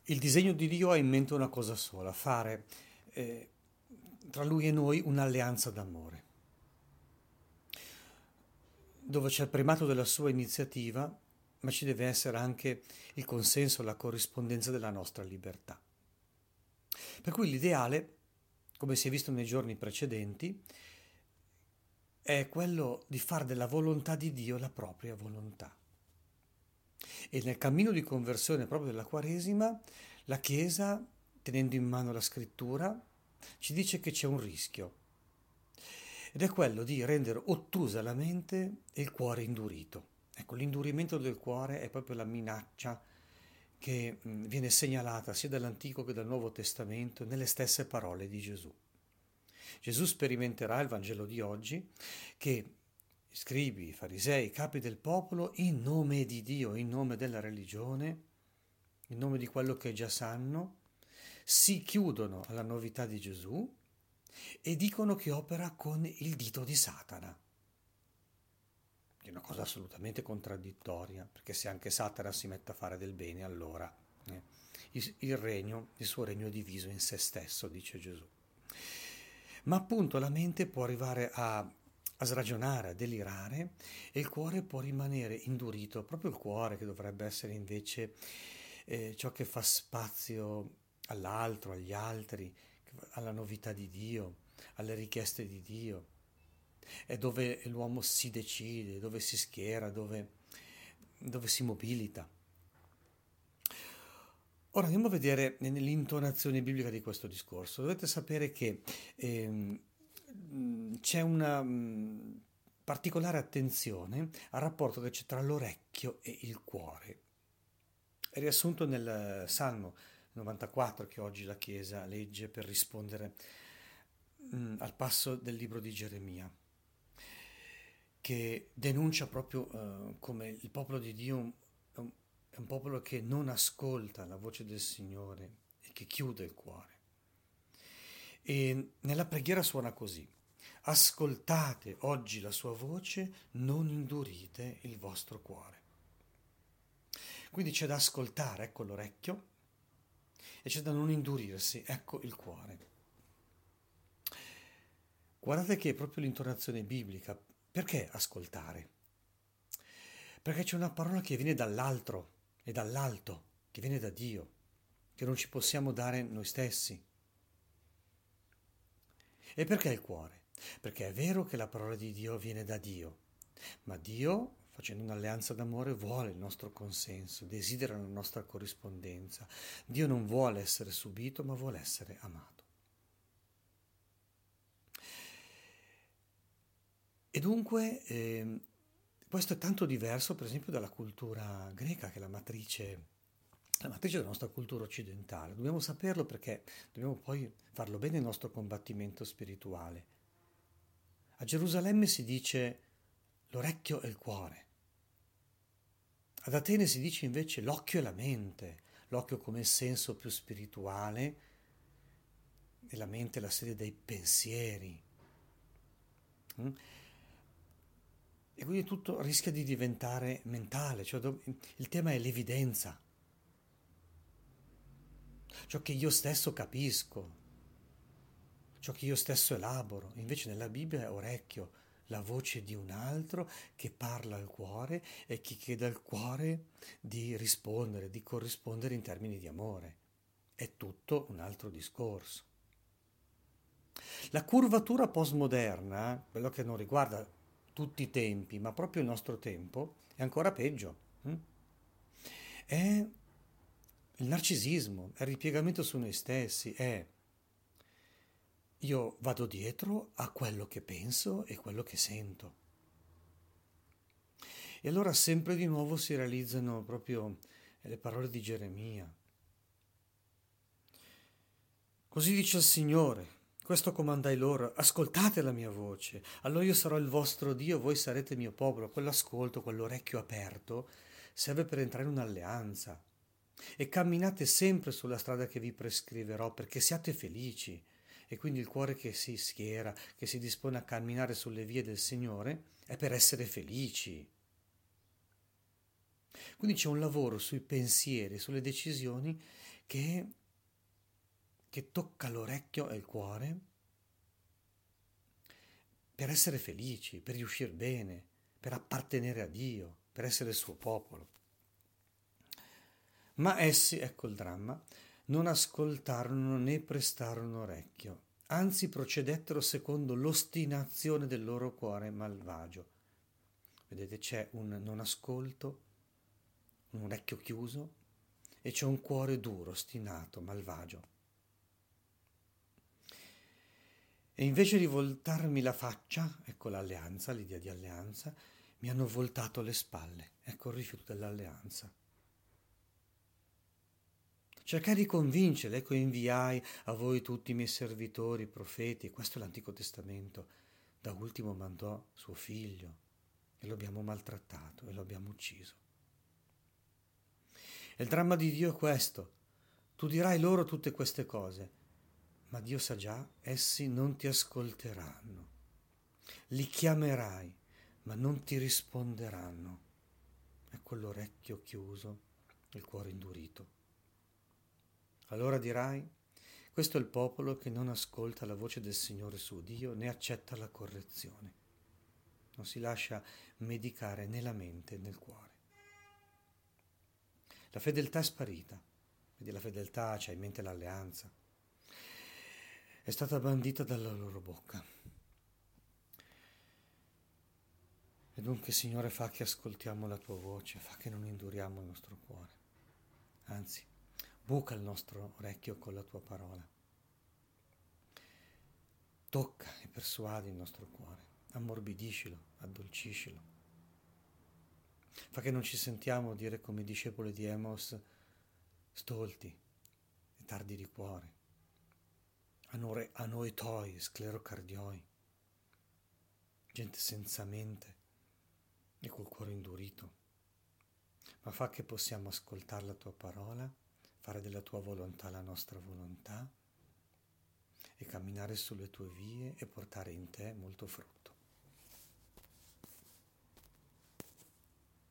Il disegno di Dio ha in mente una cosa sola, fare eh, tra Lui e noi un'alleanza d'amore, dove c'è il primato della sua iniziativa, ma ci deve essere anche il consenso, la corrispondenza della nostra libertà. Per cui l'ideale, come si è visto nei giorni precedenti, è quello di fare della volontà di Dio la propria volontà. E nel cammino di conversione proprio della Quaresima, la Chiesa, tenendo in mano la scrittura, ci dice che c'è un rischio, ed è quello di rendere ottusa la mente e il cuore indurito. Ecco, l'indurimento del cuore è proprio la minaccia che viene segnalata sia dall'Antico che dal Nuovo Testamento nelle stesse parole di Gesù. Gesù sperimenterà il Vangelo di oggi che scribi, farisei, capi del popolo, in nome di Dio, in nome della religione, in nome di quello che già sanno, si chiudono alla novità di Gesù e dicono che opera con il dito di Satana. È una cosa assolutamente contraddittoria, perché se anche Satana si mette a fare del bene, allora il suo regno è diviso in se stesso, dice Gesù. Ma appunto la mente può arrivare a sragionare, a delirare e il cuore può rimanere indurito, proprio il cuore che dovrebbe essere invece ciò che fa spazio all'altro, agli altri, alla novità di Dio, alle richieste di Dio. È dove l'uomo si decide, dove si schiera, dove si mobilita. Ora andiamo a vedere l'intonazione biblica di questo discorso. Dovete sapere che c'è una particolare attenzione al rapporto che c'è tra l'orecchio e il cuore. È riassunto nel Salmo 94 che oggi la Chiesa legge per rispondere al passo del libro di Geremia, che denuncia proprio come il popolo di Dio è un popolo che non ascolta la voce del Signore e che chiude il cuore. E nella preghiera suona così: ascoltate oggi la sua voce, non indurite il vostro cuore. Quindi c'è da ascoltare, ecco l'orecchio, e c'è da non indurirsi, ecco il cuore. Guardate che è proprio l'intonazione biblica. Perché ascoltare? Perché c'è una parola che viene dall'altro e dall'alto, che viene da Dio, che non ci possiamo dare noi stessi. E perché il cuore? Perché è vero che la parola di Dio viene da Dio, ma Dio, facendo un'alleanza d'amore, vuole il nostro consenso, desidera la nostra corrispondenza. Dio non vuole essere subito, ma vuole essere amato. E dunque questo è tanto diverso, per esempio, dalla cultura greca, che è la matrice della nostra cultura occidentale. Dobbiamo saperlo perché dobbiamo poi farlo bene il nostro combattimento spirituale. A Gerusalemme si dice l'orecchio e il cuore. Ad Atene si dice invece l'occhio e la mente, l'occhio come il senso più spirituale e la mente è la sede dei pensieri. Mm? E quindi tutto rischia di diventare mentale, cioè il tema è l'evidenza, ciò che io stesso capisco, ciò che io stesso elaboro. Invece nella Bibbia è orecchio, la voce di un altro che parla al cuore e che chiede al cuore di rispondere, di corrispondere in termini di amore. È tutto un altro discorso. La curvatura postmoderna, quello che non riguarda tutti i tempi, ma proprio il nostro tempo, è ancora peggio. È il narcisismo, è il ripiegamento su noi stessi, è io vado dietro a quello che penso e quello che sento. E allora sempre di nuovo si realizzano proprio le parole di Geremia. Così dice il Signore, questo comandai loro, ascoltate la mia voce, allora io sarò il vostro Dio, voi sarete mio popolo. Quell'ascolto, quell'orecchio aperto, serve per entrare in un'alleanza. E camminate sempre sulla strada che vi prescriverò, perché siate felici. E quindi il cuore che si schiera, che si dispone a camminare sulle vie del Signore, è per essere felici. Quindi c'è un lavoro sui pensieri, sulle decisioni che tocca l'orecchio e il cuore per essere felici, per riuscire bene, per appartenere a Dio, per essere il suo popolo. Ma essi, ecco il dramma, non ascoltarono né prestarono orecchio, anzi procedettero secondo l'ostinazione del loro cuore malvagio. Vedete, c'è un non ascolto, un orecchio chiuso e c'è un cuore duro, ostinato, malvagio. E invece di voltarmi la faccia, ecco l'alleanza, l'idea di alleanza, mi hanno voltato le spalle, ecco il rifiuto dell'alleanza. Cercai di convincerli, ecco inviai a voi tutti i miei servitori, i profeti, questo è l'Antico Testamento, da ultimo mandò suo figlio e lo abbiamo maltrattato e lo abbiamo ucciso. E il dramma di Dio è questo, tu dirai loro tutte queste cose, ma Dio sa già, essi non ti ascolteranno. Li chiamerai, ma non ti risponderanno. Ecco l'orecchio chiuso, il cuore indurito. Allora dirai, questo è il popolo che non ascolta la voce del Signore suo Dio né accetta la correzione. Non si lascia medicare né la mente né il cuore. La fedeltà è sparita. Vedi, la fedeltà c'ha in mente l'alleanza. È stata bandita dalla loro bocca. E dunque, Signore, fa che ascoltiamo la tua voce, fa che non induriamo il nostro cuore. Anzi, buca il nostro orecchio con la tua parola. Tocca e persuadi il nostro cuore, ammorbidiscilo, addolciscilo. Fa che non ci sentiamo dire come i discepoli di Emos, stolti e tardi di cuore, anoetoi, sclerocardioi, gente senza mente e col cuore indurito. Ma fa che possiamo ascoltare la tua parola, fare della tua volontà la nostra volontà e camminare sulle tue vie e portare in te molto frutto.